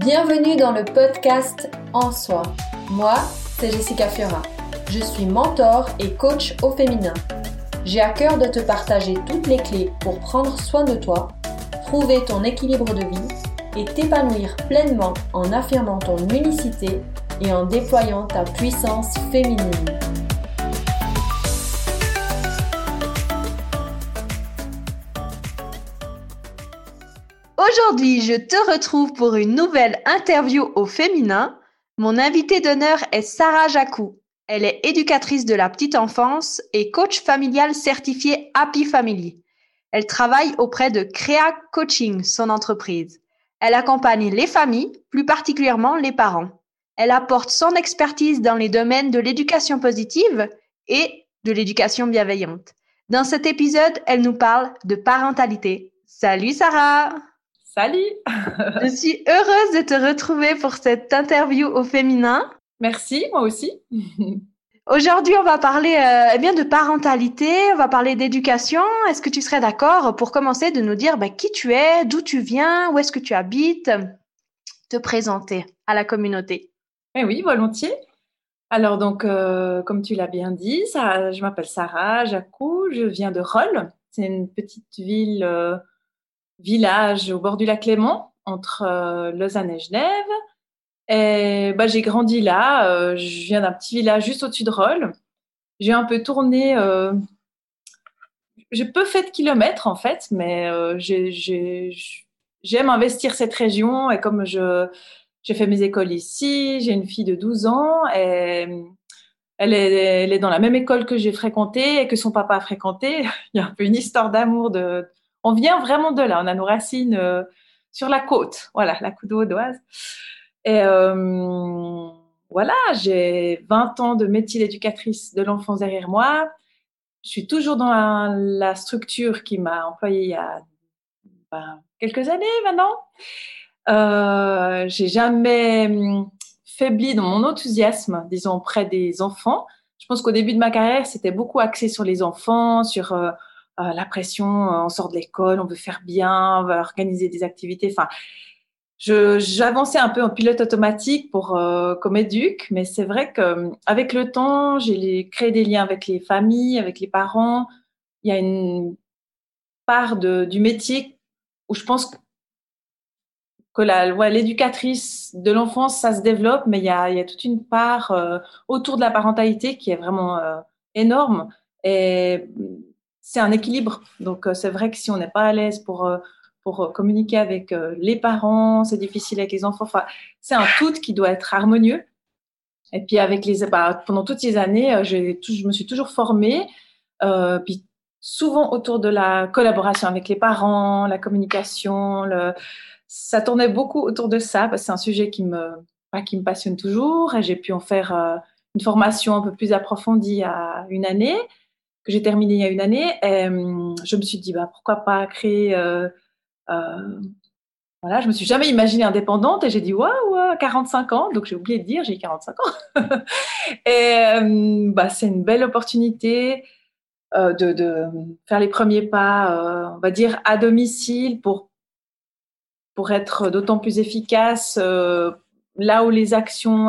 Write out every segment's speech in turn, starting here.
Bienvenue dans le podcast En Soi. Moi, c'est Jessica Fiora. Je suis mentor et coach au féminin. J'ai à cœur de te partager toutes les clés pour prendre soin de toi, trouver ton équilibre de vie et t'épanouir pleinement en affirmant ton unicité et en déployant ta puissance féminine. Aujourd'hui, je te retrouve pour une nouvelle interview au féminin. Mon invitée d'honneur est Sarah Jacou. Elle est éducatrice de la petite enfance et coach familial certifié Happy Family. Elle travaille auprès de Créa Coaching, son entreprise. Elle accompagne les familles, plus particulièrement les parents. Elle apporte son expertise dans les domaines de l'éducation positive et de l'éducation bienveillante. Dans cet épisode, elle nous parle de parentalité. Salut Sarah! Salut! Je suis heureuse de te retrouver pour cette interview au féminin. Merci, moi aussi. Aujourd'hui, on va parler de parentalité, on va parler d'éducation. Est-ce que tu serais d'accord pour commencer de nous dire qui tu es, d'où tu viens, où est-ce que tu habites, te présenter à la communauté? Oui, volontiers. Alors donc, comme tu l'as bien dit, je m'appelle Sarah Jacou, je viens de Rolle. C'est une petite village au bord du lac Léman, entre Lausanne et Genève. Et j'ai grandi là. Je viens d'un petit village juste au-dessus de Rolle. J'ai un peu tourné. J'ai peu fait de kilomètres en fait, mais j'aime investir cette région. Et comme j'ai fait mes écoles ici, j'ai une fille de 12 ans et elle est dans la même école que j'ai fréquentée et que son papa a fréquenté. Il y a un peu une histoire d'amour. On vient vraiment de là. On a nos racines sur la côte, voilà, la côte vaudoise. Et voilà, j'ai 20 ans de métier d'éducatrice de l'enfance derrière moi. Je suis toujours dans la structure qui m'a employée il y a quelques années maintenant. J'ai jamais faibli dans mon enthousiasme, disons, auprès des enfants. Je pense qu'au début de ma carrière, c'était beaucoup axé sur les enfants, sur la pression, on sort de l'école, on veut faire bien, on va organiser des activités. Enfin, j'avançais un peu en pilote automatique comme éduc, mais c'est vrai qu'avec le temps, j'ai créé des liens avec les familles, avec les parents. Il y a une part du métier où je pense que l'éducatrice de l'enfance, ça se développe, mais il y a toute une part autour de la parentalité qui est vraiment énorme. Et c'est un équilibre. Donc, c'est vrai que si on n'est pas à l'aise pour communiquer avec les parents, c'est difficile avec les enfants. Enfin, c'est un tout qui doit être harmonieux. Et puis, pendant toutes ces années, je me suis toujours formée. Puis, souvent autour de la collaboration avec les parents, la communication, ça tournait beaucoup autour de ça, parce que c'est un sujet qui me passionne toujours. Et j'ai pu en faire une formation un peu plus approfondie il y a une année, que j'ai terminée il y a une année. Et je me suis dit, pourquoi pas créer... voilà, je me suis jamais imaginée indépendante et j'ai dit, waouh, 45 ans. Donc, j'ai oublié de dire, j'ai 45 ans. Et c'est une belle opportunité de faire les premiers pas, on va dire, à domicile pour être d'autant plus efficace là où les actions,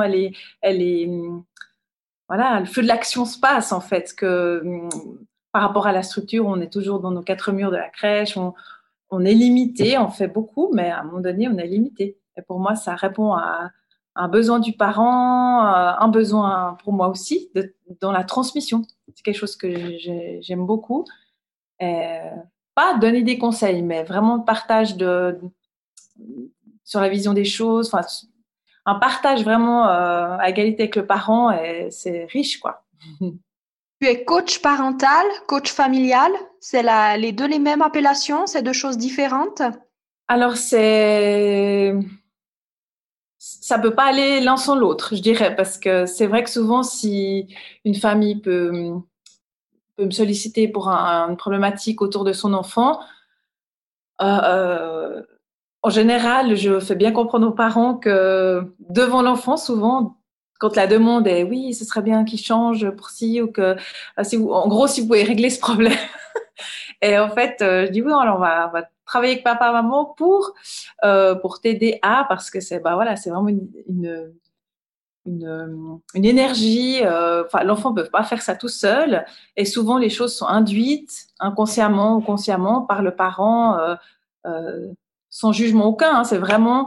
voilà, le feu de l'action se passe en fait. Par rapport à la structure, on est toujours dans nos quatre murs de la crèche, on est limité, on fait beaucoup, mais à un moment donné, on est limité. Et pour moi, ça répond à un besoin du parent, un besoin pour moi aussi dans la transmission. C'est quelque chose que j'aime beaucoup. Et pas donner des conseils, mais vraiment le partage sur la vision des choses, enfin, un partage vraiment à égalité avec le parent, et c'est riche, quoi. Tu es coach parental, coach familial. C'est les deux les mêmes appellations, c'est deux choses différentes? Alors, ça peut pas aller l'un sans l'autre, je dirais, parce que c'est vrai que souvent, si une famille peut me solliciter pour une problématique autour de son enfant, en général, je fais bien comprendre aux parents que devant l'enfant, souvent, quand la demande est oui, ce serait bien qu'il change pour ci, ou que en gros, si vous pouvez régler ce problème. Et en fait, je dis oui, alors on va travailler avec papa, maman pour t'aider parce que c'est vraiment une énergie. L'enfant ne peut pas faire ça tout seul, et souvent les choses sont induites inconsciemment ou consciemment par le parent, sans jugement aucun. C'est vraiment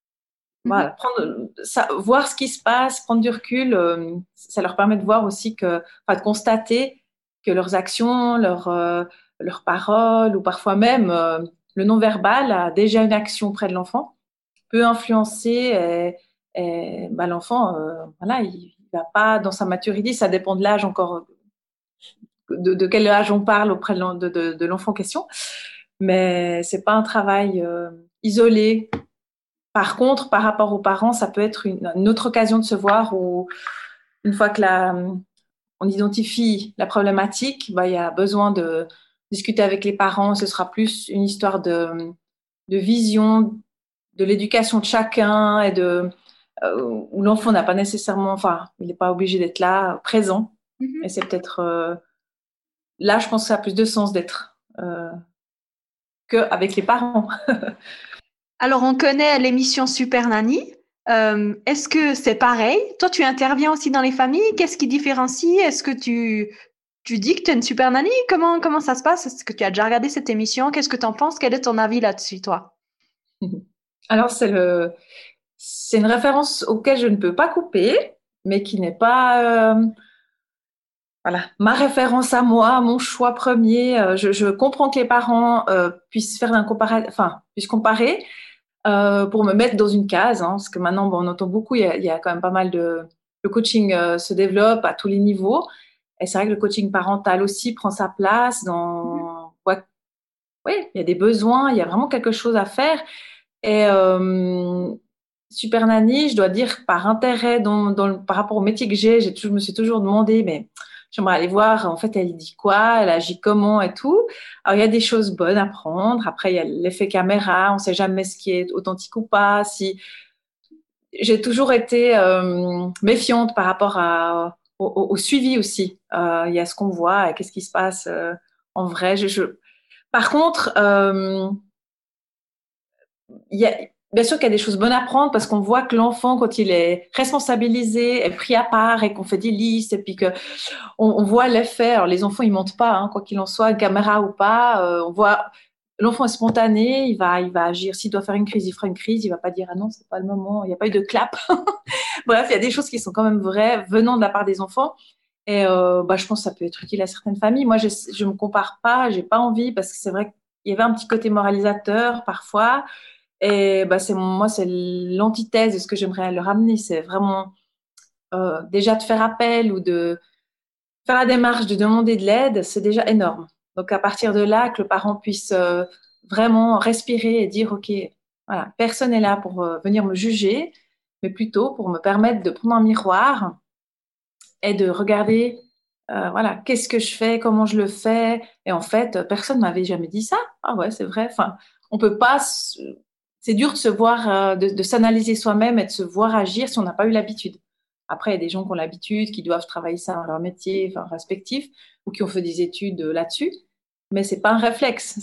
voir ce qui se passe, prendre du recul. Ça leur permet de voir aussi de constater que leurs actions, leurs paroles, ou parfois même le non-verbal a déjà une action auprès de l'enfant, peut influencer l'enfant. Il va pas dans sa maturité. Ça dépend de l'âge encore, de quel âge on parle auprès de l'enfant en question. Mais c'est pas un travail isolé. Par contre, par rapport aux parents, ça peut être une autre occasion de se voir, où une fois que on identifie la problématique, il y a besoin de discuter avec les parents. Ce sera plus une histoire de vision de l'éducation de chacun, et où l'enfant n'a pas nécessairement, il n'est pas obligé d'être là, présent. Et c'est peut-être là, je pense que ça a plus de sens d'être qu'avec les parents. Alors, on connaît l'émission Super Nanny. Est-ce que c'est pareil? Toi, tu interviens aussi dans les familles. Qu'est-ce qui différencie? Est-ce que tu dis que tu es une super nanny? Comment ça se passe? Est-ce que tu as déjà regardé cette émission? Qu'est-ce que tu en penses? Quel est ton avis là-dessus, toi? Alors, c'est une référence auquel je ne peux pas couper, mais qui n'est pas ma référence à moi, mon choix premier. Je comprends que les parents puissent faire puissent comparer pour me mettre dans une case, parce que maintenant, on entend beaucoup. Il y a quand même pas mal le coaching se développe à tous les niveaux, et c'est vrai que le coaching parental aussi prend sa place dans. Oui, il y a des besoins, il y a vraiment quelque chose à faire. Et Super Nanny, je dois dire, par intérêt par rapport au métier que je me suis toujours demandé, mais j'aimerais aller voir, en fait, elle dit quoi, elle agit comment et tout. Alors, il y a des choses bonnes à prendre. Après, il y a l'effet caméra, on ne sait jamais ce qui est authentique ou pas. J'ai toujours été méfiante par rapport au suivi aussi. Il y a ce qu'on voit et qu'est-ce qui se passe en vrai. Par contre, bien sûr qu'il y a des choses bonnes à prendre, parce qu'on voit que l'enfant, quand il est responsabilisé, est pris à part, et qu'on fait des listes, et puis on voit l'effet. Alors, les enfants, ils mentent pas, quoi qu'il en soit, caméra ou pas. On voit l'enfant est spontané, il va agir. S'il doit faire une crise, il fera une crise. Il va pas dire ah non, c'est pas le moment. Il n'y a pas eu de clap. Bref, il y a des choses qui sont quand même vraies venant de la part des enfants. Et je pense que ça peut être utile à certaines familles. Moi, je me compare pas, j'ai pas envie, parce que c'est vrai qu'il y avait un petit côté moralisateur parfois. Et c'est l'antithèse de ce que j'aimerais leur amener. C'est vraiment déjà de faire appel ou de faire la démarche de demander de l'aide, c'est déjà énorme. Donc à partir de là, que le parent puisse vraiment respirer et dire ok, voilà, personne n'est là pour venir me juger, mais plutôt pour me permettre de prendre un miroir et de regarder qu'est-ce que je fais, comment je le fais. Et en fait, personne ne m'avait jamais dit ça. Ah ouais, c'est vrai. On peut pas. C'est dur de se voir, de s'analyser soi-même et de se voir agir si on n'a pas eu l'habitude. Après, il y a des gens qui ont l'habitude, qui doivent travailler ça dans leur métier respectif, ou qui ont fait des études là-dessus. Mais c'est pas un réflexe.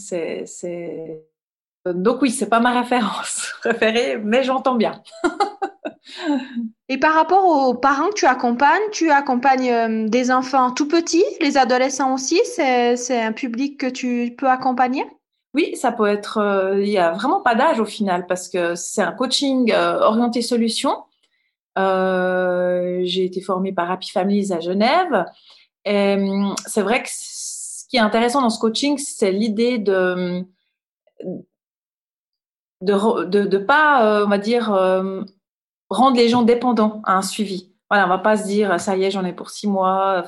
Donc oui, c'est pas ma référence préférée, mais j'entends bien. Et par rapport aux parents que tu accompagnes des enfants tout petits, les adolescents aussi, c'est un public que tu peux accompagner? Oui, ça peut être. Il y a vraiment pas d'âge au final, parce que c'est un coaching orienté solution. J'ai été formée par Happy Families à Genève. Et c'est vrai que ce qui est intéressant dans ce coaching, c'est l'idée de pas, on va dire, rendre les gens dépendants à un suivi. Voilà, on va pas se dire ça y est, j'en ai pour 6 mois.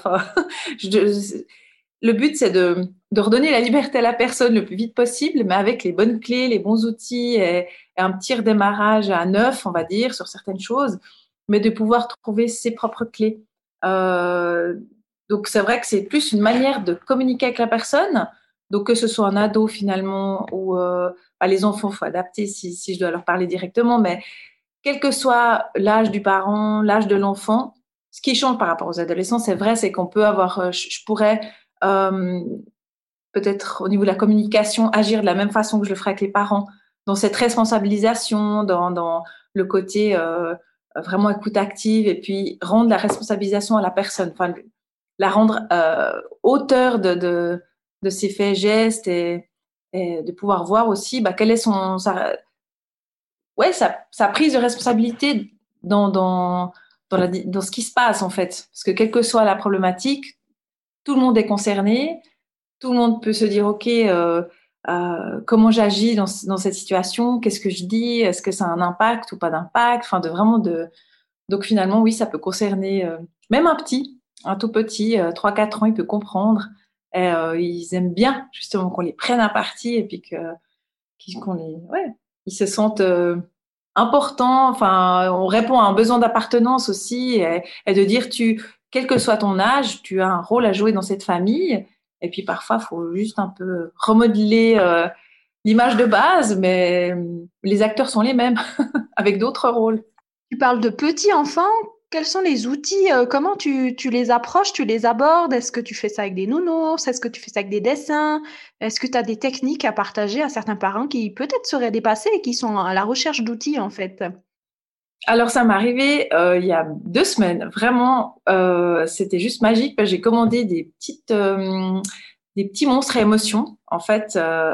Le but, c'est de redonner la liberté à la personne le plus vite possible, mais avec les bonnes clés, les bons outils, et un petit redémarrage à neuf, on va dire, sur certaines choses, mais de pouvoir trouver ses propres clés. Donc, c'est vrai que c'est plus une manière de communiquer avec la personne. Donc, que ce soit un ado finalement, ou les enfants, il faut adapter si je dois leur parler directement, mais quel que soit l'âge du parent, l'âge de l'enfant, ce qui change par rapport aux adolescents, c'est vrai, c'est qu'on peut avoir, je pourrais peut-être au niveau de la communication, agir de la même façon que je le ferais avec les parents, dans cette responsabilisation, dans le côté vraiment écoute active, et puis rendre la responsabilisation à la personne, enfin, la rendre auteur de ses faits et gestes, et de pouvoir voir aussi quelle est sa prise de responsabilité dans ce qui se passe, en fait. Parce que quelle que soit la problématique, tout le monde est concerné, tout le monde peut se dire, OK, comment j'agis dans cette situation, qu'est-ce que je dis, est-ce que ça a un impact ou pas d'impact, enfin, donc finalement, oui, ça peut concerner même un tout petit, 3-4 ans, il peut comprendre. Et ils aiment bien justement qu'on les prenne à partie, et puis ils se sentent importants. Enfin, on répond à un besoin d'appartenance aussi, et de dire, quel que soit ton âge, tu as un rôle à jouer dans cette famille. Et puis parfois, il faut juste un peu remodeler l'image de base, mais les acteurs sont les mêmes, avec d'autres rôles. Tu parles de petits enfants. Quels sont les outils? Comment tu les approches, tu les abordes? Est-ce que tu fais ça avec des nounours? Est-ce que tu fais ça avec des dessins? Est-ce que tu as des techniques à partager à certains parents qui peut-être seraient dépassés et qui sont à la recherche d'outils, en fait? Alors, ça m'est arrivé il y a 2 semaines. Vraiment, c'était juste magique. J'ai commandé des petits monstres à émotions, en fait,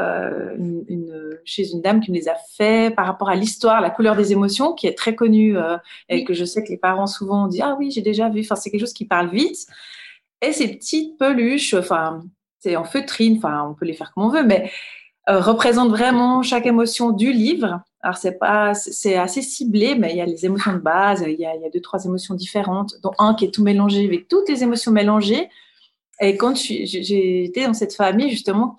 chez une dame qui me les a fait par rapport à l'histoire, la couleur des émotions, qui est très connue, et que je sais que les parents souvent ont dit, ah oui, j'ai déjà vu. Enfin, c'est quelque chose qui parle vite. Et ces petites peluches, enfin, c'est en feutrine, enfin, on peut les faire comme on veut, mais représente vraiment chaque émotion du livre. Alors c'est assez ciblé, mais il y a les émotions de base, il y a 2-3 émotions différentes, dont un qui est tout mélangé, avec toutes les émotions mélangées. Et quand j'ai été dans cette famille justement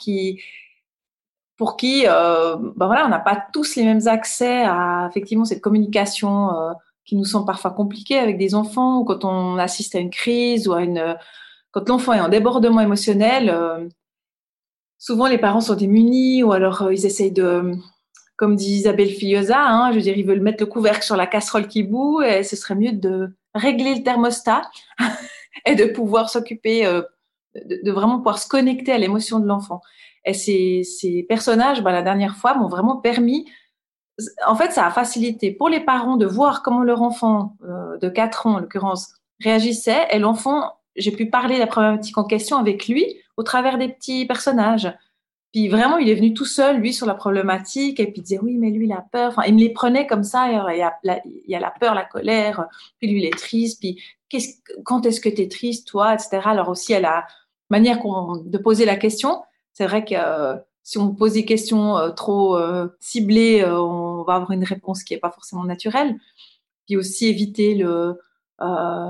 pour qui, voilà, on n'a pas tous les mêmes accès à effectivement cette communication qui nous semble parfois compliquée avec des enfants, ou quand on assiste à une crise, ou quand l'enfant est en débordement émotionnel. Souvent, les parents sont démunis, ou alors ils essayent comme dit Isabelle Fillosa, je veux dire, ils veulent mettre le couvercle sur la casserole qui bout, et ce serait mieux de régler le thermostat et de pouvoir s'occuper, de vraiment pouvoir se connecter à l'émotion de l'enfant. Et ces personnages, la dernière fois, m'ont vraiment permis, en fait, ça a facilité pour les parents de voir comment leur enfant de 4 ans, en l'occurrence, réagissait, et l'enfant, j'ai pu parler de la problématique en question avec lui au travers des petits personnages. Puis vraiment, il est venu tout seul, lui, sur la problématique, et puis il disait, oui, mais lui, il a peur. Enfin, il me les prenait comme ça, il y a la peur, la colère, puis lui, il est triste, puis quand est-ce que tu es triste, toi, etc. Alors aussi, à la manière de poser la question, c'est vrai que si on pose des questions trop ciblées, on va avoir une réponse qui n'est pas forcément naturelle. Puis aussi éviter euh,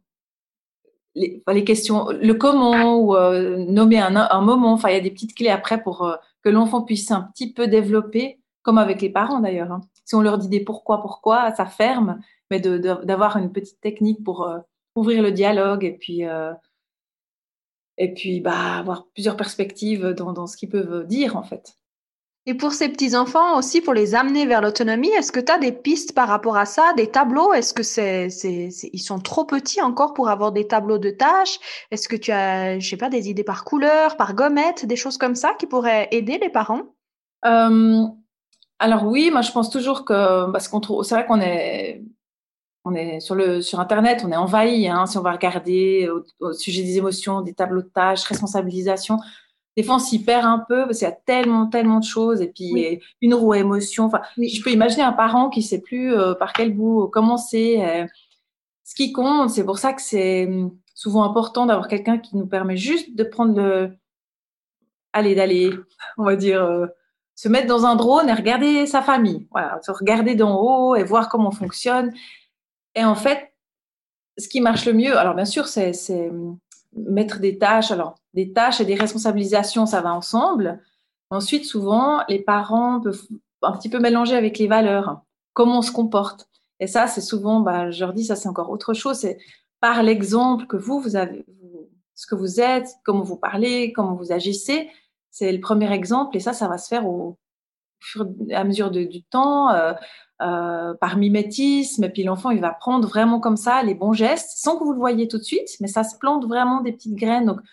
les questions, le comment, ou nommer un moment. Enfin, il y a des petites clés après pour que l'enfant puisse un petit peu développer, comme avec les parents d'ailleurs. Si on leur dit des pourquoi, ça ferme, mais d'avoir une petite technique pour ouvrir le dialogue, et puis avoir plusieurs perspectives dans ce qu'ils peuvent dire, en fait. Et pour ces petits-enfants aussi, pour les amener vers l'autonomie, est-ce que tu as des pistes par rapport à ça, des tableaux? Est-ce que ils sont trop petits encore pour avoir des tableaux de tâches? Est-ce que tu as, je sais pas, des idées par couleur, par gommette, des choses comme ça qui pourraient aider les parents? Alors oui, moi je pense toujours que, parce qu'on trouve, c'est vrai qu'on est sur Internet, on est envahi, si on va regarder au sujet des émotions, des tableaux de tâches, responsabilisation. Des fois, on s'y perd un peu parce qu'il y a tellement, tellement de choses, et puis Oui. une roue à émotions. Enfin, Oui. je peux imaginer un parent qui sait plus par quel bout commencer. Ce qui compte, c'est pour ça que c'est souvent important d'avoir quelqu'un qui nous permet juste de prendre d'aller, on va dire, se mettre dans un drone et regarder sa famille. Voilà, se regarder d'en haut et voir comment on fonctionne. Et en fait, ce qui marche le mieux, alors bien sûr, c'est mettre des tâches. Alors, des tâches et des responsabilisations, ça va ensemble. Ensuite, souvent, les parents peuvent un petit peu mélanger avec les valeurs, comment on se comporte. Et ça, c'est souvent, je leur dis, ça c'est encore autre chose. C'est par l'exemple que vous avez, ce que vous êtes, comment vous parlez, comment vous agissez. C'est le premier exemple. Et ça va se faire au fur et à mesure du temps, par mimétisme. Et puis l'enfant, il va prendre vraiment comme ça les bons gestes, sans que vous le voyez tout de suite, mais ça se plante vraiment des petites graines. Donc,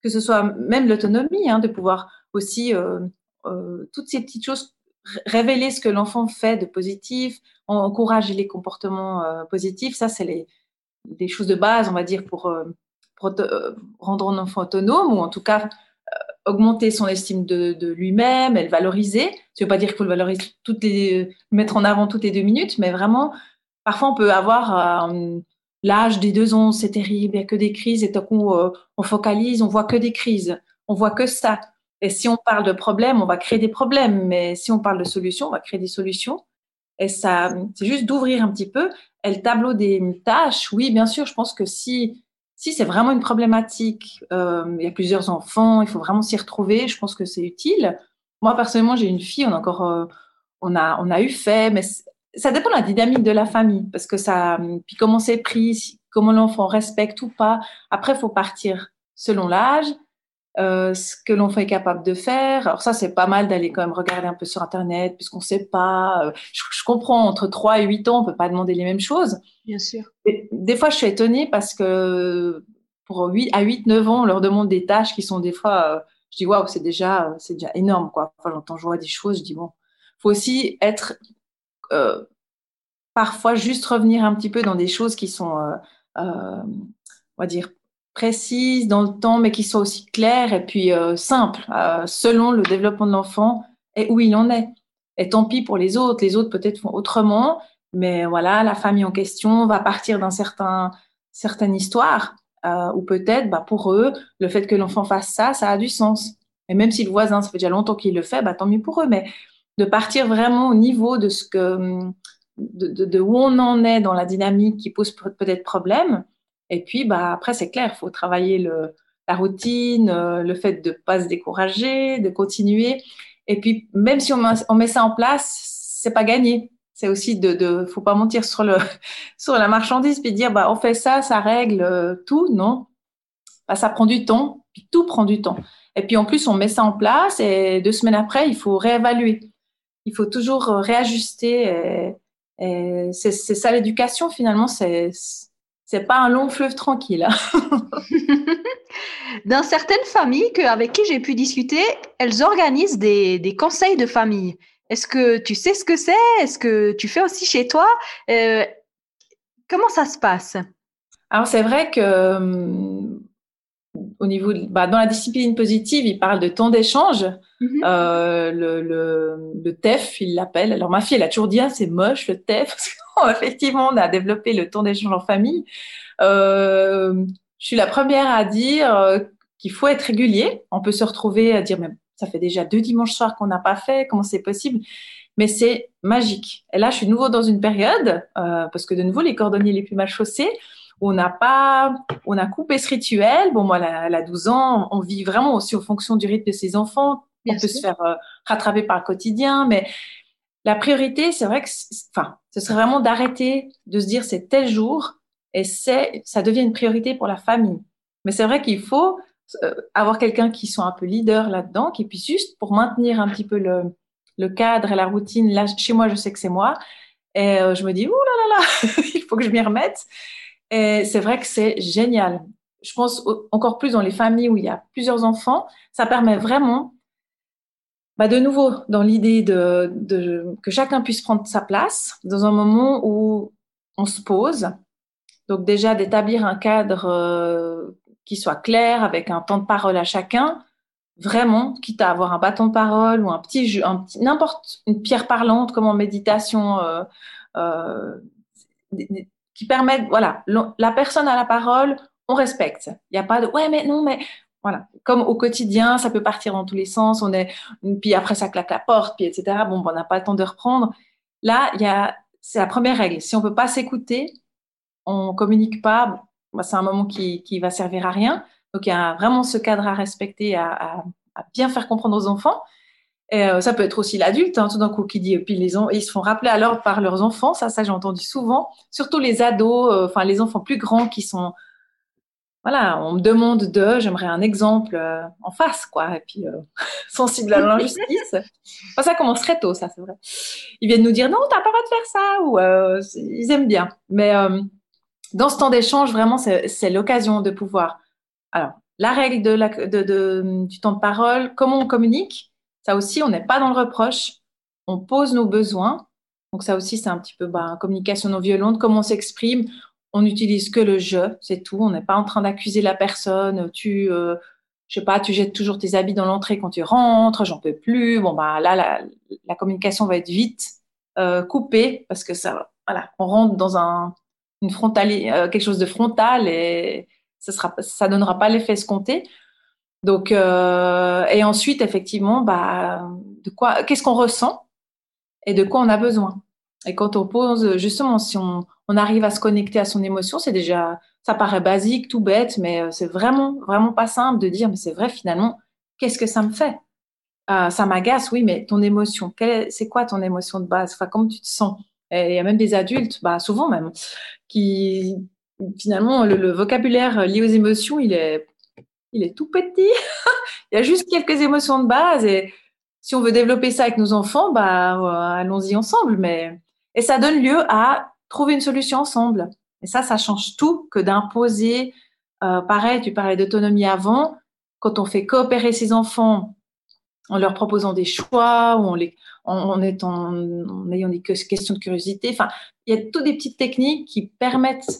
que ce soit même l'autonomie, de pouvoir aussi toutes ces petites choses, révéler ce que l'enfant fait de positif, encourager les comportements positifs. Ça, c'est des choses de base, on va dire, pour rendre un enfant autonome, ou en tout cas augmenter son estime de lui-même et le valoriser. Ça ne veut pas dire qu'il faut le valoriser le mettre en avant toutes les 2 minutes, mais vraiment, parfois on peut avoir l'âge des 2 ans, c'est terrible, il n'y a que des crises, et tout d'un coup on focalise, on voit que des crises, on voit que ça. Et si on parle de problèmes, on va créer des problèmes, mais si on parle de solutions, on va créer des solutions. Et ça, c'est juste d'ouvrir un petit peu. Et le tableau des tâches, oui, bien sûr, je pense que si c'est vraiment une problématique, il y a plusieurs enfants, il faut vraiment s'y retrouver, je pense que c'est utile. Moi, personnellement, j'ai une fille, on a eu fait, mais ça dépend de la dynamique de la famille, parce que puis comment c'est pris, comment l'enfant respecte ou pas. Après, il faut partir selon l'âge, ce que l'enfant est capable de faire. Alors ça, c'est pas mal d'aller quand même regarder un peu sur Internet, puisqu'on sait pas. Je comprends, entre 3 et 8 ans, on peut pas demander les mêmes choses. Bien sûr. Des fois, je suis étonnée parce que pour 9 ans, on leur demande des tâches qui sont des fois, je dis waouh, c'est déjà énorme, quoi. Enfin, j'entends, je vois des choses, je dis bon, faut aussi être, parfois juste revenir un petit peu dans des choses qui sont, on va dire, précises dans le temps, mais qui sont aussi claires et puis simples, selon le développement de l'enfant et où il en est. Et tant pis pour les autres peut-être font autrement, mais voilà, la famille en question va partir certaine histoire, ou peut-être, pour eux, le fait que l'enfant fasse ça, ça a du sens. Et même si le voisin, ça fait déjà longtemps qu'il le fait, tant mieux pour eux. Mais de partir vraiment au niveau de ce que, de où on en est dans la dynamique qui pose peut-être problème. Et puis, après, c'est clair, il faut travailler la routine, le fait de pas se décourager, de continuer. Et puis, même si on met ça en place, c'est pas gagné. C'est aussi faut pas mentir sur sur la marchandise puis dire, on fait ça, ça règle tout. Non. Ça prend du temps, puis tout prend du temps. Et puis, en plus, on met ça en place et 2 semaines après, il faut réévaluer. Il faut toujours réajuster. Et c'est ça l'éducation, finalement. C'est pas un long fleuve tranquille. Dans certaines familles avec qui j'ai pu discuter, elles organisent des conseils de famille. Est-ce que tu sais ce que c'est? Est-ce que tu fais aussi chez toi? Comment ça se passe? Alors, c'est vrai que au niveau dans la discipline positive, il parle de temps d'échange. Le TEF, il l'appelle. Alors, ma fille, elle a toujours dit, c'est moche, le TEF. Parce qu'effectivement, on a développé le temps d'échange en famille. Je suis la première à dire qu'il faut être régulier. On peut se retrouver à dire, mais ça fait déjà 2 dimanches soirs qu'on n'a pas fait, comment c'est possible? Mais c'est magique. Et là, je suis de nouveau dans une période, parce que de nouveau, les cordonniers les plus mal chaussés, où on a coupé ce rituel. Bon, moi, elle a 12 ans, on vit vraiment aussi en fonction du rythme de ses enfants. On peut se faire rattraper par le quotidien, mais la priorité, c'est vrai que, ce serait vraiment d'arrêter de se dire c'est tel jour et ça devient une priorité pour la famille. Mais c'est vrai qu'il faut avoir quelqu'un qui soit un peu leader là-dedans, qui puisse juste pour maintenir un petit peu le cadre et la routine. Là, chez moi, je sais que c'est moi. Et je me dis, ouh là là là, il faut que je m'y remette. Et c'est vrai que c'est génial. Je pense encore plus dans les familles où il y a plusieurs enfants, ça permet vraiment, de nouveau, dans l'idée que chacun puisse prendre sa place dans un moment où on se pose. Donc déjà d'établir un cadre qui soit clair avec un temps de parole à chacun, vraiment, quitte à avoir un bâton de parole ou un petit jeu, n'importe, une pierre parlante comme en méditation, qui permettent, voilà, la personne a la parole, on respecte. Il n'y a pas de ouais, mais non, mais voilà. Comme au quotidien, ça peut partir dans tous les sens, puis après ça claque la porte, puis etc. Bon, on n'a pas le temps de reprendre. Là, c'est la première règle. Si on peut pas s'écouter, on communique pas, c'est un moment qui va servir à rien. Donc, il y a vraiment ce cadre à respecter, à bien faire comprendre aux enfants. Et ça peut être aussi l'adulte, tout d'un coup, qui dit, puis ils se font rappeler à l'ordre par leurs enfants. Ça j'ai entendu souvent. Surtout les ados, les enfants plus grands qui sont, voilà, on me demande j'aimerais un exemple en face, quoi. Et puis, sensible à l'injustice. Ça commence très tôt, ça, c'est vrai. Ils viennent nous dire, non, t'as pas le droit de faire ça, ou ils aiment bien. Mais dans ce temps d'échange, vraiment, c'est l'occasion de pouvoir, alors, la règle du temps de parole, comment on communique. Ça aussi, on n'est pas dans le reproche. On pose nos besoins. Donc ça aussi, c'est un petit peu communication non violente. Comment on s'exprime. On n'utilise que le je, c'est tout. On n'est pas en train d'accuser la personne. Je sais pas, tu jettes toujours tes habits dans l'entrée quand tu rentres. J'en peux plus. Bon là, la communication va être vite coupée parce que ça, voilà, on rentre dans quelque chose de frontal et ça donnera pas l'effet escompté. Donc, et ensuite, effectivement, qu'est-ce qu'on ressent et de quoi on a besoin. Et quand on pose, justement, si on arrive à se connecter à son émotion, c'est déjà, ça paraît basique, tout bête, mais c'est vraiment, vraiment pas simple de dire, mais c'est vrai, finalement, qu'est-ce que ça me fait? Ça m'agace, oui, mais ton émotion, c'est quoi ton émotion de base? Enfin, comment tu te sens? Et il y a même des adultes, souvent même, qui, finalement, le vocabulaire lié aux émotions, il est tout petit. Il y a juste quelques émotions de base et si on veut développer ça avec nos enfants, allons-y ensemble. Et ça donne lieu à trouver une solution ensemble. Et ça change tout que d'imposer. Pareil, tu parlais d'autonomie avant. Quand on fait coopérer ses enfants en leur proposant des choix ou en ayant des questions de curiosité. Enfin, il y a toutes des petites techniques qui permettent,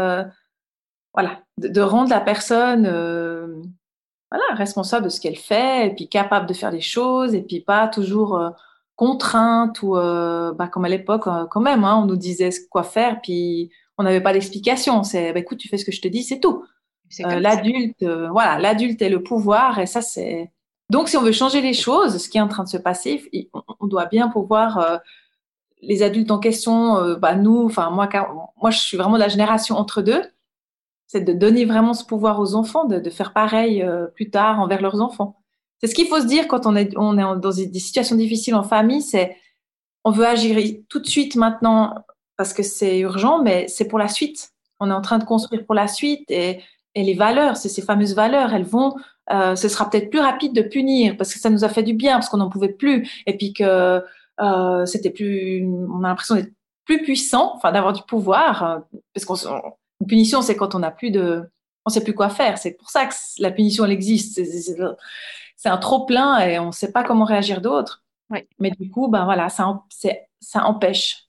voilà, de rendre la personne voilà, responsable de ce qu'elle fait, et puis capable de faire des choses, et puis pas toujours contrainte ou comme à l'époque quand même, hein, on nous disait quoi faire, puis on n'avait pas d'explication. C'est écoute, tu fais ce que je te dis, c'est tout. C'est comme ça. L'adulte, voilà, l'adulte est le pouvoir, et ça c'est. Donc si on veut changer les choses, ce qui est en train de se passer, on doit bien pouvoir les adultes en question, nous, enfin moi je suis vraiment de la génération entre deux. C'est de donner vraiment ce pouvoir aux enfants, de faire pareil plus tard envers leurs enfants. C'est ce qu'il faut se dire quand on est dans des situations difficiles en famille, c'est on veut agir tout de suite maintenant parce que c'est urgent, mais c'est pour la suite. On est en train de construire pour la suite et les valeurs, c'est ces fameuses valeurs, elles vont, ce sera peut-être plus rapide de punir parce que ça nous a fait du bien, parce qu'on n'en pouvait plus et puis que c'était plus, on a l'impression d'être plus puissant, enfin d'avoir du pouvoir, parce une punition, c'est quand on n'a plus on sait plus quoi faire. C'est pour ça que la punition, elle existe. C'est un trop plein et on ne sait pas comment réagir d'autre. Oui. Mais du coup, voilà, ça empêche.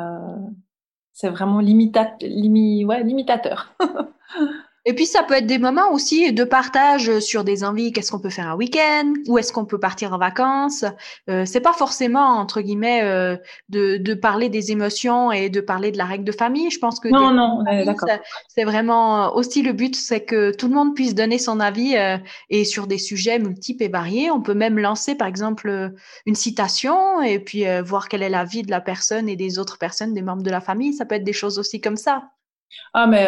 C'est vraiment limitateur. Et puis ça peut être des moments aussi de partage sur des envies. Qu'est-ce qu'on peut faire un week-end? Où est-ce qu'on peut partir en vacances? C'est pas forcément entre guillemets de parler des émotions et de parler de la règle de famille. Je pense que Non, non, on est d'accord. c'est vraiment aussi le but, c'est que tout le monde puisse donner son avis et sur des sujets multiples et variés. On peut même lancer par exemple une citation et puis voir quel est l'avis de la personne et des autres personnes, des membres de la famille. Ça peut être des choses aussi comme ça. Ah, mais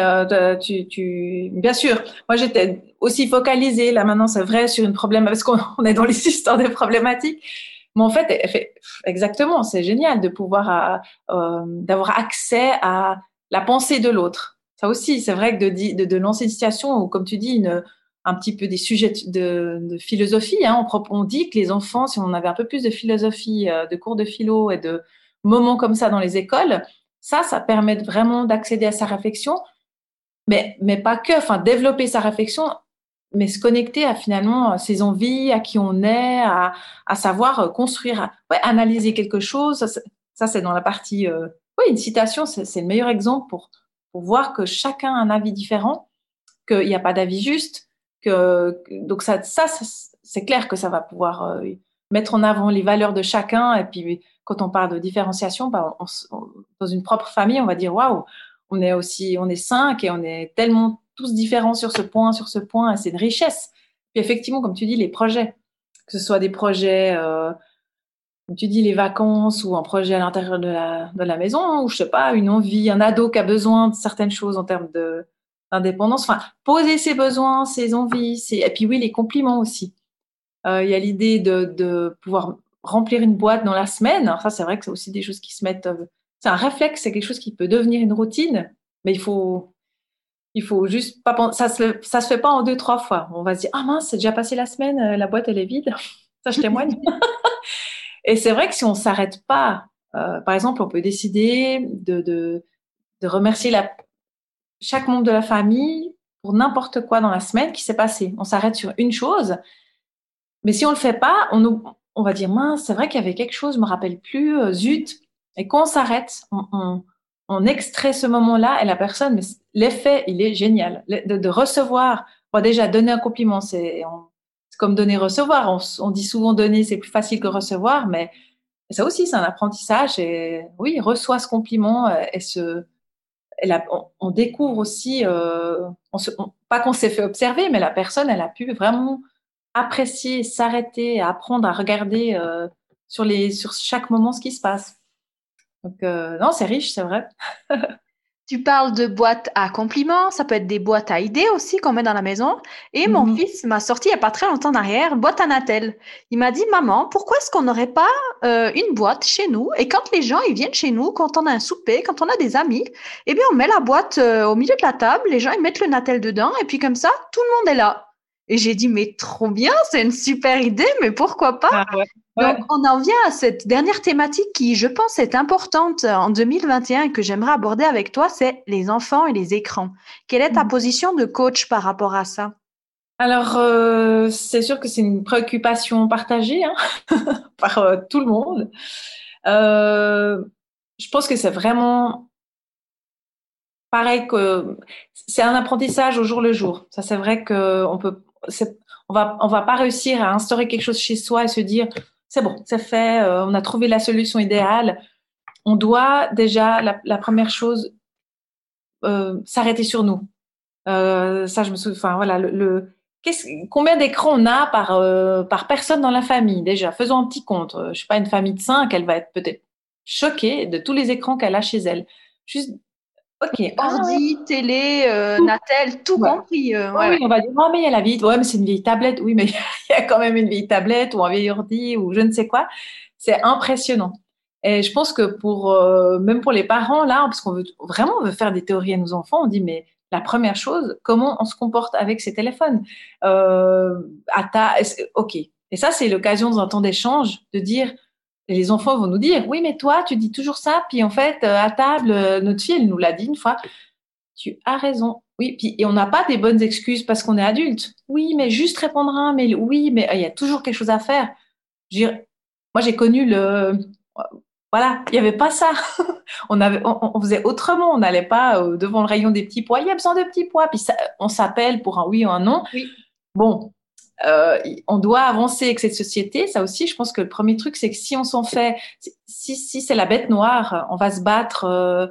bien sûr. Moi, j'étais aussi focalisée, là, maintenant, c'est vrai, sur une problématique, parce qu'on est dans les histoires des problématiques. Mais en fait, exactement, c'est génial de pouvoir, d'avoir accès à la pensée de l'autre. Ça aussi, c'est vrai que de lancer une situation où, comme tu dis, un petit peu des sujets de philosophie, hein, on dit que les enfants, si on avait un peu plus de philosophie, de cours de philo et de moments comme ça dans les écoles, ça permet vraiment d'accéder à sa réflexion, mais pas que, enfin, développer sa réflexion, mais se connecter à finalement ses envies, à qui on est, à savoir construire, analyser quelque chose. Ça c'est dans la partie, une citation, c'est le meilleur exemple pour voir que chacun a un avis différent, qu'il n'y a pas d'avis juste, donc ça c'est clair que ça va pouvoir mettre en avant les valeurs de chacun. Et puis quand on parle de différenciation, dans une propre famille, on va dire waouh, on est 5 et on est tellement tous différents sur ce point, et c'est une richesse. Puis effectivement, comme tu dis, les projets, que ce soit des projets, comme tu dis, les vacances ou un projet à l'intérieur de la maison, ou je sais pas, une envie, un ado qui a besoin de certaines choses en termes d'indépendance. Enfin, poser ses besoins, ses envies, et puis oui, les compliments aussi. Il y a l'idée de pouvoir remplir une boîte dans la semaine. Alors ça, c'est vrai que c'est aussi des choses qui se mettent. C'est un réflexe, c'est quelque chose qui peut devenir une routine, mais il faut juste pas penser. Ça se fait pas en 2, 3 fois. On va se dire ah mince, c'est déjà passé la semaine, la boîte elle est vide. Ça, je témoigne. Et c'est vrai que si on s'arrête pas, par exemple, on peut décider de remercier chaque membre de la famille pour n'importe quoi dans la semaine qui s'est passé. On s'arrête sur une chose, mais si on le fait pas, on va dire mince, c'est vrai qu'il y avait quelque chose, je me rappelle plus, zut. Et quand on s'arrête, on extrait ce moment-là et la personne, mais l'effet, il est génial. De recevoir, bon, déjà donner un compliment, c'est comme donner recevoir. On dit souvent donner, c'est plus facile que recevoir, mais ça aussi, c'est un apprentissage. Et oui, reçoit ce compliment on découvre aussi, pas qu'on s'est fait observer, mais la personne, elle a pu vraiment apprécier, s'arrêter, apprendre à regarder sur chaque moment ce qui se passe. Donc, non, c'est riche, c'est vrai. Tu parles de boîtes à compliments, ça peut être des boîtes à idées aussi qu'on met dans la maison. Et mon Mhm. fils m'a sorti il n'y a pas très longtemps derrière une boîte à Natel. Il m'a dit, maman, pourquoi est-ce qu'on n'aurait pas une boîte chez nous? Et quand les gens ils viennent chez nous, quand on a un souper, quand on a des amis, eh bien on met la boîte au milieu de la table, les gens ils mettent le Natel dedans et puis comme ça, tout le monde est là. Et j'ai dit, mais trop bien, c'est une super idée, mais pourquoi pas? Ah ouais. Donc, Ouais. on en vient à cette dernière thématique qui, je pense, est importante en 2021 et que j'aimerais aborder avec toi, c'est les enfants et les écrans. Quelle est ta position de coach par rapport à ça? Alors, c'est sûr que c'est une préoccupation partagée hein, par tout le monde. Euh, je pense que c'est vraiment pareil que c'est un apprentissage au jour le jour. Ça, c'est vrai que on va pas réussir à instaurer quelque chose chez soi et se dire c'est bon, c'est fait, on a trouvé la solution idéale. On doit déjà la première chose s'arrêter sur nous. Ça, je me souviens. Enfin voilà, combien d'écrans on a par personne dans la famille déjà. Faisons un petit compte. Je sais pas, une famille de 5, elle va être peut-être choquée de tous les écrans qu'elle a chez elle. Juste, ok, ah ouais. Ordi, télé, Natel, tout Ouais. compris. Oui, Ouais, oui, ouais. on va dire, oh, mais il y a la vieille, ouais, mais c'est une vieille tablette. Oui, mais il y a quand même une vieille tablette ou un vieil ordi ou je ne sais quoi. C'est impressionnant. Et je pense que même pour les parents, là, parce qu'on veut vraiment, on veut faire des théories à nos enfants, on dit, mais la première chose, comment on se comporte avec ces téléphones? Euh, ok. Et ça, c'est l'occasion dans un temps d'échange de dire, et les enfants vont nous dire, oui, mais toi, tu dis toujours ça, puis en fait, à table, notre fille, elle nous l'a dit une fois, tu as raison. Oui, puis et on n'a pas des bonnes excuses parce qu'on est adulte. Oui, mais juste répondre à un mail. Oui, mais il y a toujours quelque chose à faire. Je veux dire, moi, j'ai connu voilà, il n'y avait pas ça. On faisait autrement. On n'allait pas devant le rayon des petits pois. Il y a besoin de petits pois. Puis ça, on s'appelle pour un oui ou un non. Oui. Bon, on doit avancer avec cette société. Ça aussi, je pense que le premier truc, c'est que si on s'en fait, si c'est la bête noire, on va se battre.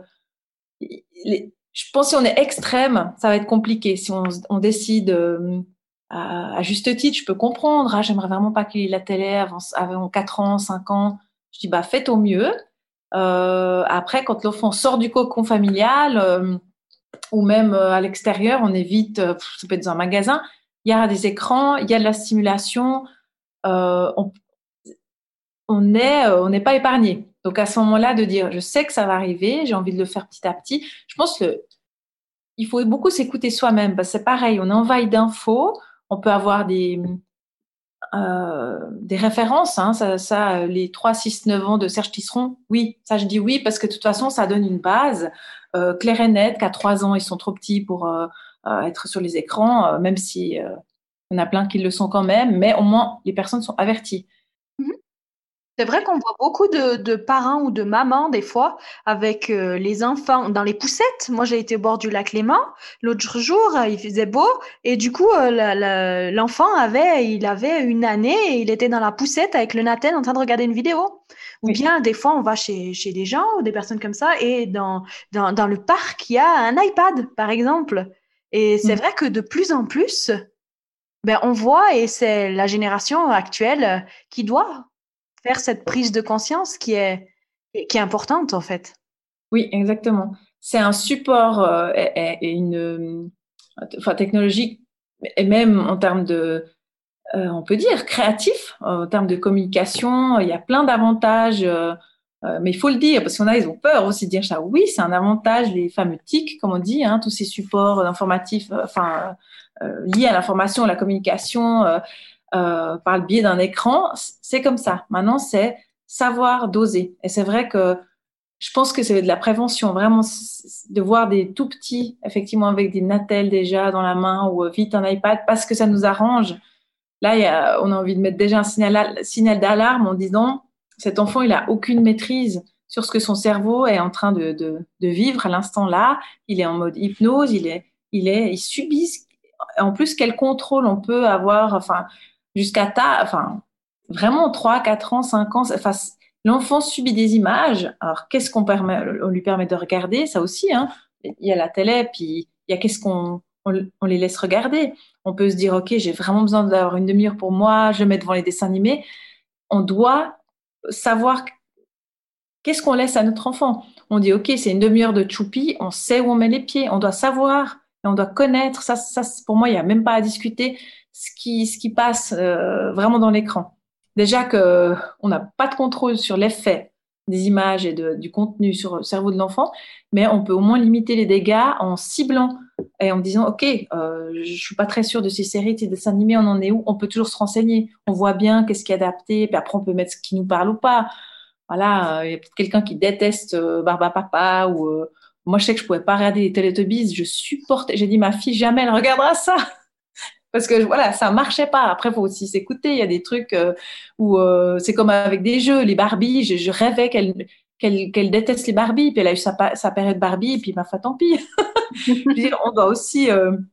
Je pense que si on est extrême, ça va être compliqué. Si on décide à juste titre, je peux comprendre. Ah, j'aimerais vraiment pas qu'il ait la télé avant 4 ans, 5 ans. Je dis, bah, faites au mieux. Après, quand l'enfant sort du cocon familial ou même à l'extérieur, on évite, ça peut être dans un magasin, il y a des écrans, il y a de la stimulation. Euh, on on n'est pas épargné. Donc à ce moment-là, de dire, je sais que ça va arriver, j'ai envie de le faire petit à petit. Je pense que il faut beaucoup s'écouter soi-même. Parce que c'est pareil, on est envahi d'infos, on peut avoir des références. Hein, les 3, 6, 9 ans de Serge Tisseron, oui, ça je dis oui parce que de toute façon, ça donne une base claire et nette qu'à 3 ans, ils sont trop petits pour être sur les écrans, même si on a plein qui le sont quand même, mais au moins les personnes sont averties. Mhm. C'est vrai qu'on voit beaucoup de parents ou de mamans des fois avec les enfants dans les poussettes. Moi, j'ai été au bord du lac Léman l'autre jour, il faisait beau et du coup, l'enfant il avait 1 année et il était dans la poussette avec le Natel en train de regarder une vidéo. Ou Oui. bien des fois, on va chez des gens ou des personnes comme ça et dans le parc, il y a un iPad, par exemple. Et c'est Mm. vrai que de plus en plus, ben, on voit et c'est la génération actuelle qui doit faire cette prise de conscience qui est importante en fait. Oui, exactement. C'est un support et enfin, technologique et même en termes on peut dire créatif, en termes de communication, il y a plein d'avantages. Mais il faut le dire parce qu'on ils ont peur aussi de dire ça. Oui, c'est un avantage, les fameux TIC, comme on dit, hein, tous ces supports informatifs, liés à l'information, à la communication, par le biais d'un écran. C'est comme ça. Maintenant, c'est savoir doser. Et c'est vrai que je pense que c'est de la prévention, vraiment, de voir des tout petits, effectivement, avec des Natel déjà dans la main ou vite un iPad parce que ça nous arrange. Là, on a envie de mettre déjà un signal d'alarme en disant cet enfant, il a aucune maîtrise sur ce que son cerveau est en train de vivre à l'instant là. Il est en mode hypnose, il subit. En plus, quel contrôle on peut avoir, enfin, enfin, vraiment 3, 4 ans, 5 ans, enfin, l'enfant subit des images. Alors, qu'est-ce on lui permet de regarder? Ça aussi, hein. Il y a la télé, puis il y a qu'est-ce on les laisse regarder. On peut se dire, OK, j'ai vraiment besoin d'avoir une demi-heure pour moi, je mets devant les dessins animés. On doit savoir qu'est-ce qu'on laisse à notre enfant. On dit, OK, c'est une demi-heure de choupi, on sait où on met les pieds, on doit savoir et on doit connaître. Ça pour moi, il n'y a même pas à discuter ce qui passe vraiment dans l'écran. Déjà qu'on n'a pas de contrôle sur l'effet des images et du contenu sur le cerveau de l'enfant, mais on peut au moins limiter les dégâts en ciblant et en disant, OK, je suis pas très sûre de ces séries, ces dessins animés, on en est où? On peut toujours se renseigner. On voit bien qu'est-ce qui est adapté, puis après on peut mettre ce qui nous parle ou pas. Voilà, il y a peut-être quelqu'un qui déteste Barbapapa ou moi je sais que je pouvais pas regarder les Teletubbies, j'ai dit ma fille jamais elle regardera ça parce que voilà, ça marchait pas. Après faut aussi s'écouter, il y a des trucs où c'est comme avec des jeux, les Barbie, je rêvais qu'elle déteste les Barbie, puis elle a eu sa période Barbie et puis ma foi tant pis. Je veux dire, on doit aussi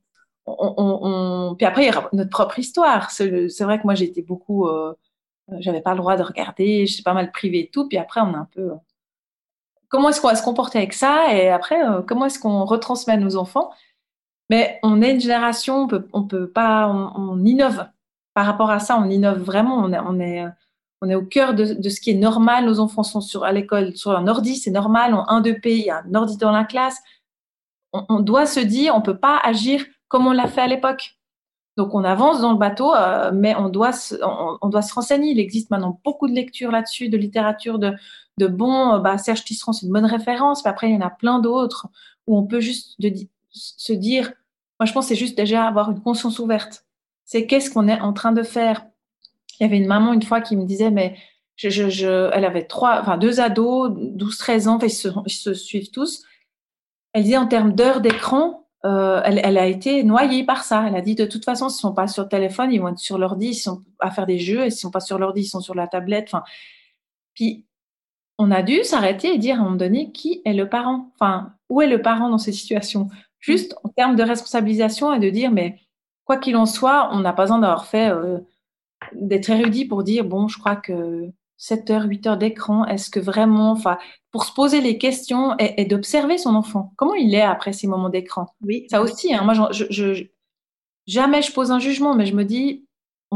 puis après il y a notre propre histoire. C'est vrai que moi j'ai été beaucoup j'avais pas le droit de regarder, j'étais pas mal privée et tout. Puis après, on a un peu comment est-ce qu'on va se comporter avec ça et après comment est-ce qu'on retransmet à nos enfants. Mais on est une génération, on peut pas, on innove par rapport à ça, on innove vraiment. On est au cœur de ce qui est normal. Nos enfants sont à l'école sur un ordi, c'est normal. En 1-2P, il y a un ordi dans la classe. On doit se dire, on peut pas agir comme on l'a fait à l'époque. Donc on avance dans le bateau, mais on doit se renseigner. Il existe maintenant beaucoup de lectures là-dessus, de littérature, de bons. Serge Tisserand, c'est une bonne référence. Mais après, il y en a plein d'autres où on peut juste se dire. Moi, je pense que c'est juste déjà avoir une conscience ouverte. C'est qu'est-ce qu'on est en train de faire. Il y avait une maman une fois qui me disait, mais elle avait deux ados, 12-13 ans, ils se suivent tous. Elle disait en termes d'heures d'écran, elle a été noyée par ça. Elle a dit de toute façon, s'ils sont pas sur le téléphone, ils vont être sur l'ordi, ils sont à faire des jeux, et s'ils sont pas sur l'ordi, ils sont sur la tablette. Enfin, puis on a dû s'arrêter et dire à un moment donné qui est le parent. Enfin, où est le parent dans ces situations? Juste en termes de responsabilisation et de dire, mais quoi qu'il en soit, on n'a pas besoin d'avoir fait d'être érudit pour dire bon, je crois que 7 heures, 8 heures d'écran, est-ce que vraiment, enfin, pour se poser les questions et d'observer son enfant. Comment il est après ces moments d'écran? Oui. Ça aussi, hein, moi, jamais je pose un jugement, mais je me dis,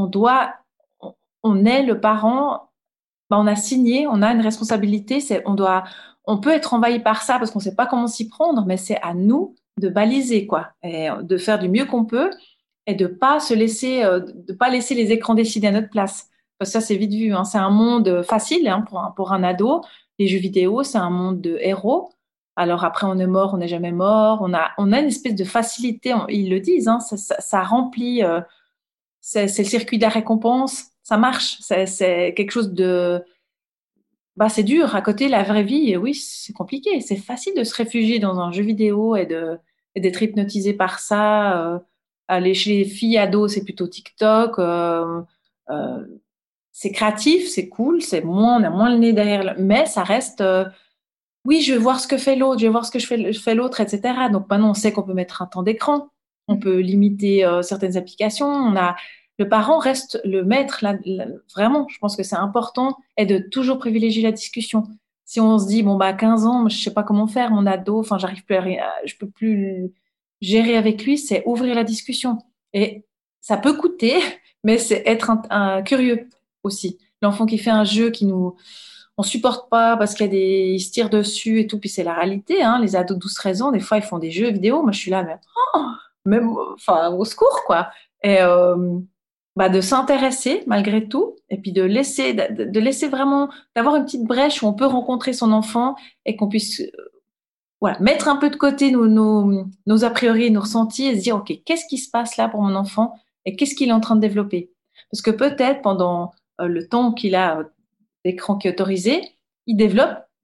on est le parent, on a signé, on a une responsabilité, on peut être envahi par ça parce qu'on ne sait pas comment s'y prendre, mais c'est à nous de baliser, quoi, et de faire du mieux qu'on peut et de pas laisser les écrans décider à notre place. Parce que ça, c'est vite vu, hein. C'est un monde facile, hein, pour un ado. Les jeux vidéo, c'est un monde de héros. Alors après, on est mort, on n'est jamais mort. On a une espèce de facilité. Ils le disent, hein, ça remplit. C'est le circuit de la récompense. Ça marche. C'est quelque chose de. C'est dur. À côté, la vraie vie, oui, c'est compliqué. C'est facile de se réfugier dans un jeu vidéo et d'être hypnotisé par ça. Aller chez les filles ados, c'est plutôt TikTok. Euh, c'est créatif, c'est cool, on a moins le nez derrière, mais ça reste. Oui, je vais voir ce que fait l'autre, je vais voir ce que je fais l'autre, etc. Donc maintenant, on sait qu'on peut mettre un temps d'écran, on peut limiter certaines applications. Le parent reste le maître. Vraiment, je pense que c'est important et de toujours privilégier la discussion. Si on se dit bon 15 ans, je sais pas comment faire, mon ado, enfin j'arrive plus je peux plus gérer avec lui, c'est ouvrir la discussion. Et ça peut coûter, mais c'est être un curieux aussi. L'enfant qui fait un jeu on supporte pas parce il se tire dessus et tout, puis c'est la réalité, hein. Les ados de 12-13 ans, des fois, ils font des jeux vidéo. Moi, je suis là, enfin, au secours, quoi. Et, de s'intéresser malgré tout, et puis de laisser vraiment, d'avoir une petite brèche où on peut rencontrer son enfant et qu'on puisse, voilà, mettre un peu de côté nos a priori, nos ressentis et se dire, OK, qu'est-ce qui se passe là pour mon enfant et qu'est-ce qu'il est en train de développer? Parce que peut-être pendant le temps qu'il a d'écran qui est autorisé, il développe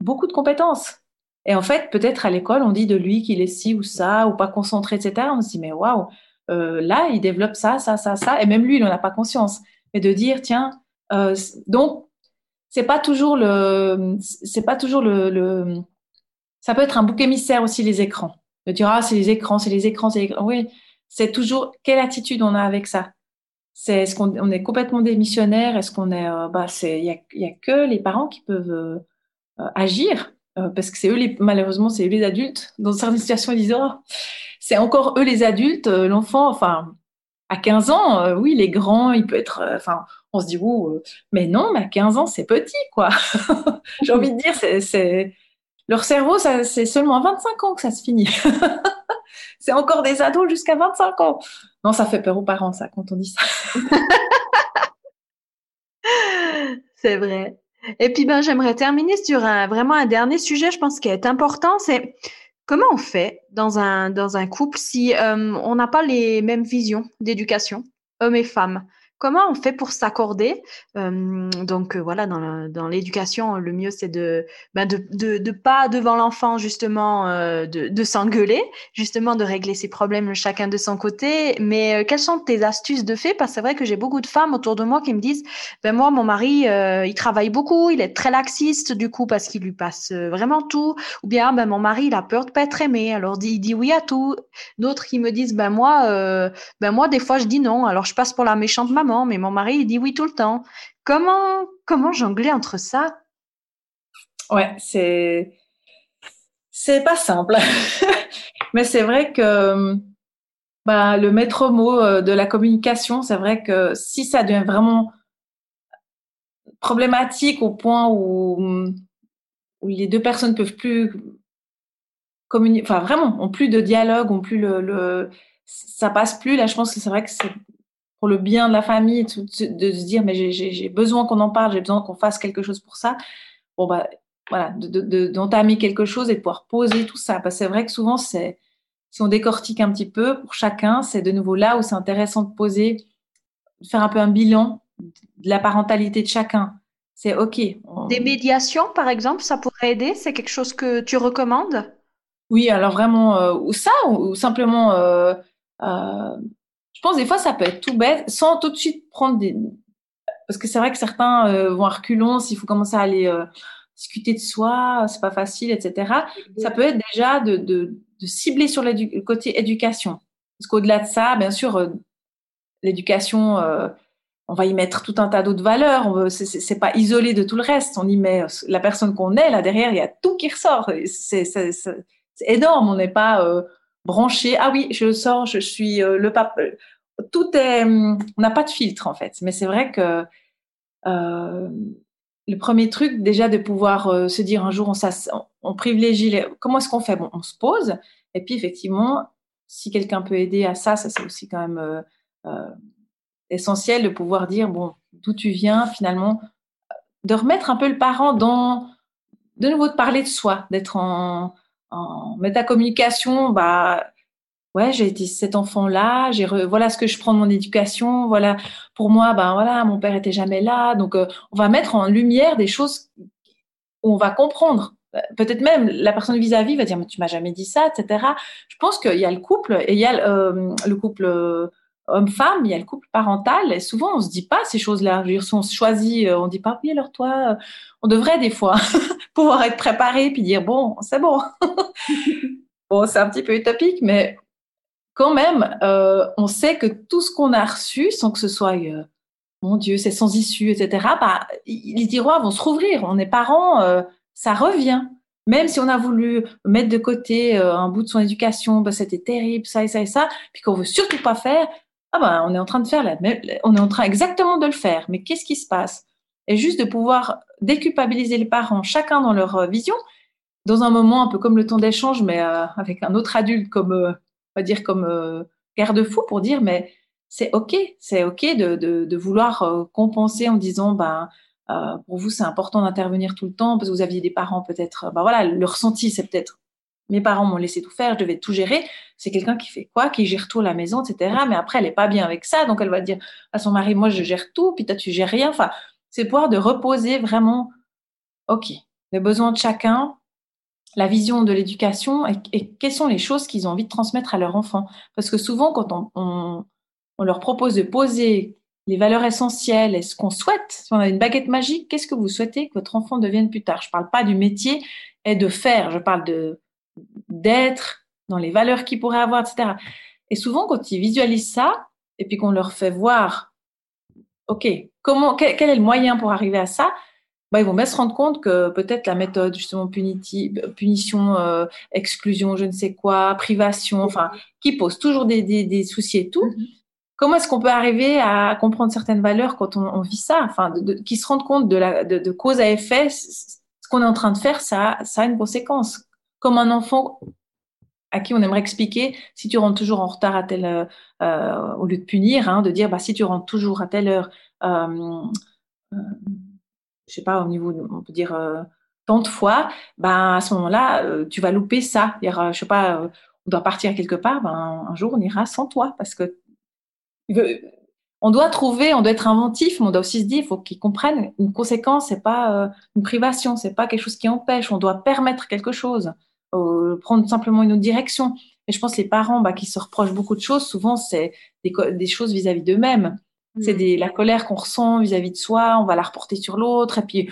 beaucoup de compétences. Et en fait, peut-être à l'école, on dit de lui qu'il est ci ou ça, ou pas concentré, etc. On se dit, mais waouh, là, il développe ça, ça, ça, ça. Et même lui, il n'en a pas conscience. Mais de dire, tiens, donc, c'est pas toujours ça peut être un bouc émissaire aussi, les écrans. De dire, ah, c'est les écrans, c'est les écrans, c'est les écrans. Oui, c'est toujours quelle attitude on a avec ça. Est-ce qu'on est complètement démissionnaire? Est-ce qu'on est, il y a que les parents qui peuvent agir, parce que c'est eux malheureusement, c'est eux les adultes. Dans certaines situations, ils disent, oh, c'est encore eux les adultes, l'enfant, enfin, à 15 ans, oui, il est grand, il peut être, enfin, on se dit, ouh, mais non, mais à 15 ans, c'est petit, quoi. J'ai envie de dire, leur cerveau, c'est seulement à 25 ans que ça se finit. C'est encore des ados jusqu'à 25 ans. Non, ça fait peur aux parents, ça, quand on dit ça. C'est vrai. Et puis, j'aimerais terminer sur vraiment un dernier sujet, je pense, qui est important, c'est comment on fait dans un couple si on n'a pas les mêmes visions d'éducation, hommes et femmes? Comment on fait pour s'accorder? Donc voilà, dans l'éducation, le mieux c'est de pas devant l'enfant justement de s'engueuler, justement de régler ses problèmes chacun de son côté. Mais quelles sont tes astuces de fait? Parce que c'est vrai que j'ai beaucoup de femmes autour de moi qui me disent, moi mon mari il travaille beaucoup, il est très laxiste du coup parce qu'il lui passe vraiment tout. Ou bien, mon mari, il a peur de pas être aimé, alors il dit oui à tout. D'autres qui me disent, moi, des fois, je dis non, alors je passe pour la méchante maman, mais mon mari, il dit oui tout le temps. Comment jongler entre ça? Ouais, c'est pas simple. Mais c'est vrai que, le maître mot de la communication, c'est vrai que si ça devient vraiment problématique au point où les deux personnes peuvent plus communiquer, enfin vraiment, ont plus de dialogue, ont plus ça passe plus. Là, je pense que c'est vrai que c'est pour le bien de la famille de se dire, mais j'ai besoin qu'on en parle, j'ai besoin qu'on fasse quelque chose pour ça. Bon, voilà, d'entamer quelque chose et de pouvoir poser tout ça. Parce que c'est vrai que souvent, si on décortique un petit peu pour chacun, c'est de nouveau là où c'est intéressant de poser, de faire un peu un bilan de la parentalité de chacun. C'est OK. Des médiations, par exemple, ça pourrait aider? C'est quelque chose que tu recommandes? Oui, alors vraiment, ou ça, ou simplement, je pense des fois, ça peut être tout bête, sans tout de suite prendre parce que c'est vrai que certains vont à reculons, s'il faut commencer à aller discuter de soi, c'est pas facile, etc. Ça peut être déjà de cibler sur le côté éducation. Parce qu'au-delà de ça, bien sûr, l'éducation, on va y mettre tout un tas d'autres valeurs. C'est pas isolé de tout le reste. On y met la personne qu'on est. Là derrière, il y a tout qui ressort. C'est énorme. On n'est pas branché. Ah oui, je sors, je suis le pape. Tout est. On n'a pas de filtre en fait. Mais c'est vrai que le premier truc, déjà, de pouvoir se dire un jour, on privilégie. Comment est-ce qu'on fait? Bon, on se pose. Et puis effectivement, si quelqu'un peut aider à ça, ça c'est aussi quand même essentiel de pouvoir dire, bon, d'où tu viens finalement, de remettre un peu le parent de nouveau de parler de soi, d'être en métacommunication, ouais, j'ai été cet enfant-là, voilà ce que je prends de mon éducation, voilà, pour moi, voilà, mon père était jamais là, donc on va mettre en lumière des choses où on va comprendre. Peut-être même la personne vis-à-vis va dire, mais tu m'as jamais dit ça, etc. Je pense qu'il y a le couple et il y a le couple homme-femme, il y a le couple parental. Et souvent, on se dit pas ces choses-là. Je veux dire, si on se choisit, on dit pas, oui, alors toi, on devrait des fois pouvoir être préparé puis dire, bon, c'est bon. Bon, c'est un petit peu utopique, mais quand même, on sait que tout ce qu'on a reçu, sans que ce soit, mon Dieu, c'est sans issue, etc., les tiroirs vont se rouvrir. On est parents, ça revient. Même si on a voulu mettre de côté un bout de son éducation, c'était terrible, ça et ça et ça, puis qu'on veut surtout pas faire, on est en train de faire on est en train exactement de le faire. Mais qu'est-ce qui se passe? Et juste de pouvoir déculpabiliser les parents, chacun dans leur vision, dans un moment un peu comme le temps d'échange, mais avec un autre adulte comme, on va dire comme garde-fou pour dire, mais c'est ok de vouloir compenser en disant, pour vous c'est important d'intervenir tout le temps parce que vous aviez des parents peut-être, voilà, le ressenti c'est peut-être, mes parents m'ont laissé tout faire, je devais tout gérer. C'est quelqu'un qui fait quoi, qui gère tout à la maison, etc. Mais après elle est pas bien avec ça, donc elle va dire à son mari, moi je gère tout, puis toi tu gères rien. Enfin, c'est pouvoir de reposer vraiment, ok, les besoins de chacun, la vision de l'éducation et quelles sont les choses qu'ils ont envie de transmettre à leur enfant. Parce que souvent, quand on leur propose de poser les valeurs essentielles et ce qu'on souhaite, si on a une baguette magique, qu'est-ce que vous souhaitez que votre enfant devienne plus tard? Je ne parle pas du métier et de faire, je parle d'être dans les valeurs qu'ils pourraient avoir, etc. Et souvent, quand ils visualisent ça, et puis qu'on leur fait voir, OK, quel est le moyen pour arriver à ça? Ils vont bien se rendre compte que peut-être la méthode justement punition, exclusion, je ne sais quoi, privation, enfin, qui pose toujours des soucis et tout. Comment est-ce qu'on peut arriver à comprendre certaines valeurs quand on vit ça? Enfin, qu'ils se rendent compte de cause à effet, ce qu'on est en train de faire, ça a une conséquence. Comme un enfant à qui on aimerait expliquer, si tu rentres toujours en retard à telle au lieu de punir, de dire si tu rentres toujours à telle heure, je sais pas, au niveau, on peut dire tant de fois, à ce moment-là, tu vas louper ça. Je sais pas, on doit partir quelque part, un jour on ira sans toi parce que on doit être inventif, mais on doit aussi se dire, il faut qu'ils comprennent une conséquence, c'est pas une privation, c'est pas quelque chose qui empêche. On doit permettre quelque chose, prendre simplement une autre direction. Et je pense que les parents qui se reprochent beaucoup de choses, souvent c'est des choses vis-à-vis d'eux-mêmes. C'est la colère qu'on ressent vis-à-vis de soi, on va la reporter sur l'autre, et puis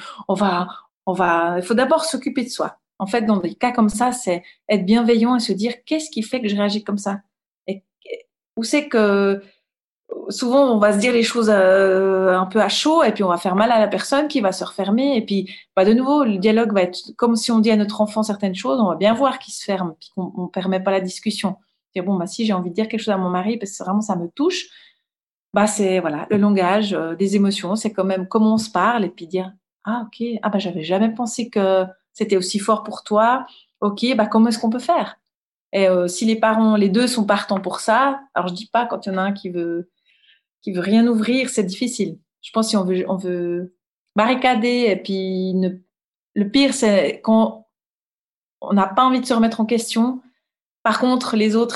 il faut d'abord s'occuper de soi. En fait, dans des cas comme ça, c'est être bienveillant et se dire, qu'est-ce qui fait que je réagis comme ça? Et où c'est que souvent on va se dire les choses un peu à chaud, et puis on va faire mal à la personne qui va se refermer, et puis de nouveau le dialogue va être comme si on dit à notre enfant certaines choses, on va bien voir qu'il se ferme, puis qu'on permet pas la discussion. Dire si j'ai envie de dire quelque chose à mon mari parce que vraiment ça me touche, c'est le langage des émotions, c'est quand même comment on se parle, et puis dire ok, j'avais jamais pensé que c'était aussi fort pour toi. Ok, comment est-ce qu'on peut faire? Et si les parents, les deux sont partants pour ça, alors je dis pas quand il y en a un qui veut rien ouvrir, c'est difficile. Je pense que si on veut barricader, et puis le pire c'est quand on n'a pas envie de se remettre en question. Par contre, les autres,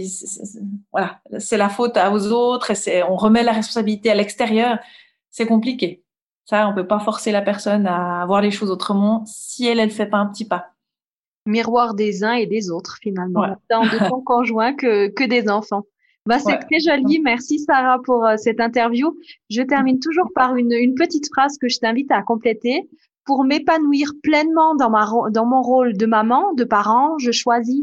c'est la faute aux autres, et on remet la responsabilité à l'extérieur. C'est compliqué. Ça, on peut pas forcer la personne à voir les choses autrement si elle fait pas un petit pas. Miroir des uns et des autres, finalement. Tant de ton conjoint que des enfants. C'est très joli. Merci, Sarah, pour cette interview. Je termine toujours par une petite phrase que je t'invite à compléter. Pour m'épanouir pleinement dans mon rôle de maman, de parent, je choisis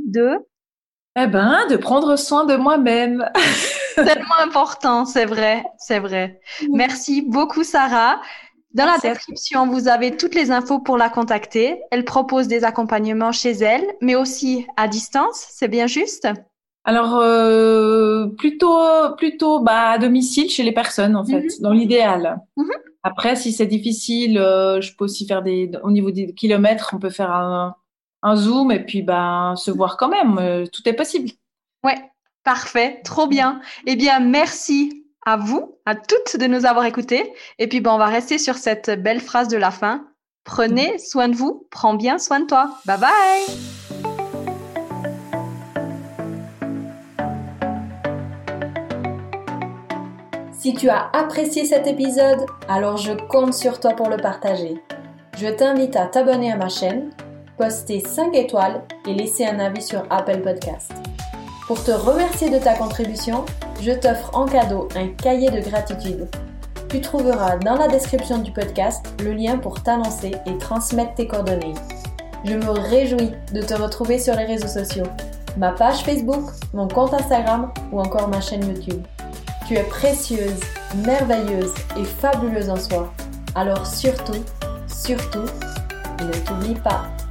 de prendre soin de moi-même. Tellement important, c'est vrai. Merci beaucoup, Sarah. Dans la description, vous avez toutes les infos pour la contacter. Elle propose des accompagnements chez elle, mais aussi à distance, c'est bien juste? Alors, plutôt à domicile chez les personnes, en fait, dans l'idéal. Après, si c'est difficile, je peux aussi faire au niveau des kilomètres, on peut faire un zoom et puis se voir quand même. Tout est possible. Ouais, parfait, trop bien. Eh bien, merci à vous, à toutes, de nous avoir écoutés. Et puis, on va rester sur cette belle phrase de la fin. Prenez soin de vous, prends bien soin de toi. Bye bye! Si tu as apprécié cet épisode, alors je compte sur toi pour le partager. Je t'invite à t'abonner à ma chaîne, poster 5 étoiles et laisser un avis sur Apple Podcast. Pour te remercier de ta contribution, je t'offre en cadeau un cahier de gratitude. Tu trouveras dans la description du podcast le lien pour t'annoncer et transmettre tes coordonnées. Je me réjouis de te retrouver sur les réseaux sociaux, ma page Facebook, mon compte Instagram ou encore ma chaîne YouTube. Tu es précieuse, merveilleuse et fabuleuse en soi. Alors surtout, ne t'oublie pas.